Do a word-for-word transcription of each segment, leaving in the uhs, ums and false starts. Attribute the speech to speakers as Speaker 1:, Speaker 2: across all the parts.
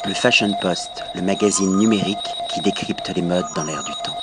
Speaker 1: Le Fashion Post, le magazine numérique qui décrypte les modes dans l'air du temps.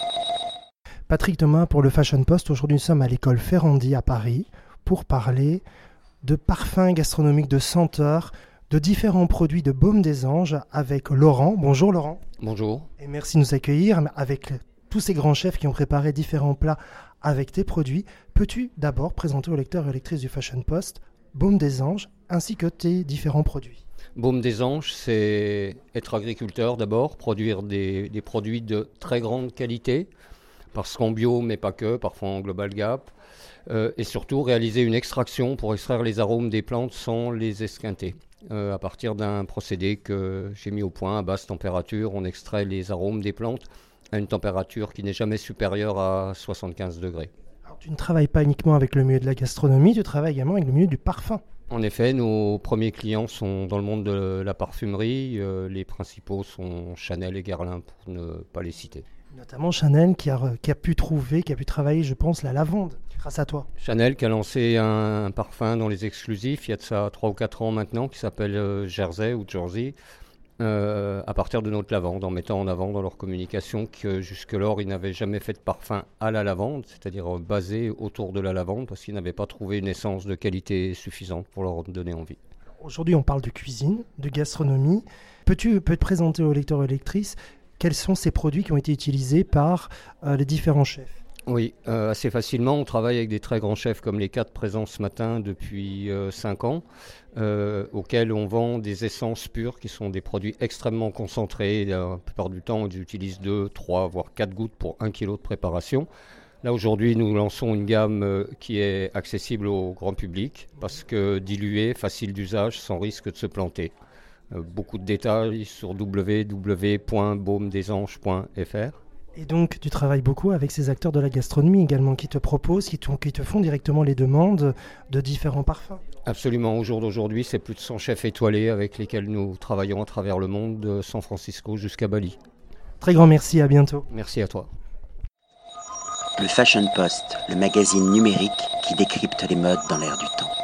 Speaker 2: Patrick Thomas pour le Fashion Post. Aujourd'hui, nous sommes à l'école Ferrandi à Paris pour parler de parfums gastronomiques, de senteurs, de différents produits de baume des anges avec Laurent. Bonjour Laurent.
Speaker 3: Bonjour.
Speaker 2: Et merci de nous accueillir avec tous ces grands chefs qui ont préparé différents plats avec tes produits. Peux-tu d'abord présenter aux lecteurs et lectrices du Fashion Post Baume des anges ainsi que tes différents produits?
Speaker 3: Baume des anges, c'est être agriculteur d'abord, produire des, des produits de très grande qualité, parce qu'en bio, mais pas que, parfois en global gap, euh, et surtout réaliser une extraction pour extraire les arômes des plantes sans les esquinter. Euh, à partir d'un procédé que j'ai mis au point à basse température, on extrait les arômes des plantes à une température qui n'est jamais supérieure à soixante-quinze degrés.
Speaker 2: Alors, tu ne travailles pas uniquement avec le milieu de la gastronomie, tu travailles également avec le milieu du parfum.
Speaker 3: En effet, nos premiers clients sont dans le monde de la parfumerie. Euh, les principaux sont Chanel et Guerlain, pour ne pas les citer.
Speaker 2: Notamment Chanel qui a, qui a pu trouver, qui a pu travailler, je pense, la lavande, grâce à toi.
Speaker 3: Chanel qui a lancé un, un parfum dans les exclusifs, il y a de ça trois ou quatre ans maintenant, qui s'appelle euh, Jersey ou Jersey, euh, à partir de notre lavande, en mettant en avant dans leur communication que jusque-lors, ils n'avaient jamais fait de parfum à la lavande, c'est-à-dire euh, basé autour de la lavande, parce qu'ils n'avaient pas trouvé une essence de qualité suffisante pour leur donner envie.
Speaker 2: Aujourd'hui, on parle de cuisine, de gastronomie. Peux-tu peux te présenter aux lecteurs et lectrices quels sont ces produits qui ont été utilisés par euh, les différents chefs?
Speaker 3: Oui, euh, assez facilement. On travaille avec des très grands chefs comme les quatre présents ce matin depuis euh, cinq ans, euh, auxquels on vend des essences pures qui sont des produits extrêmement concentrés. La plupart du temps, ils utilisent deux, trois, voire quatre gouttes pour un kilo de préparation. Là, aujourd'hui, nous lançons une gamme euh, qui est accessible au grand public parce que diluée, facile d'usage, sans risque de se planter. Euh, beaucoup de détails sur w w w point baume des anges point f r.
Speaker 2: Et donc, tu travailles beaucoup avec ces acteurs de la gastronomie également qui te proposent, qui te, qui te font directement les demandes de différents parfums.
Speaker 3: Absolument. Au jour d'aujourd'hui, c'est plus de cent chefs étoilés avec lesquels nous travaillons à travers le monde, de San Francisco jusqu'à Bali.
Speaker 2: Très grand merci, à bientôt.
Speaker 3: Merci à toi.
Speaker 1: Le Fashion Post, le magazine numérique qui décrypte les modes dans l'air du temps.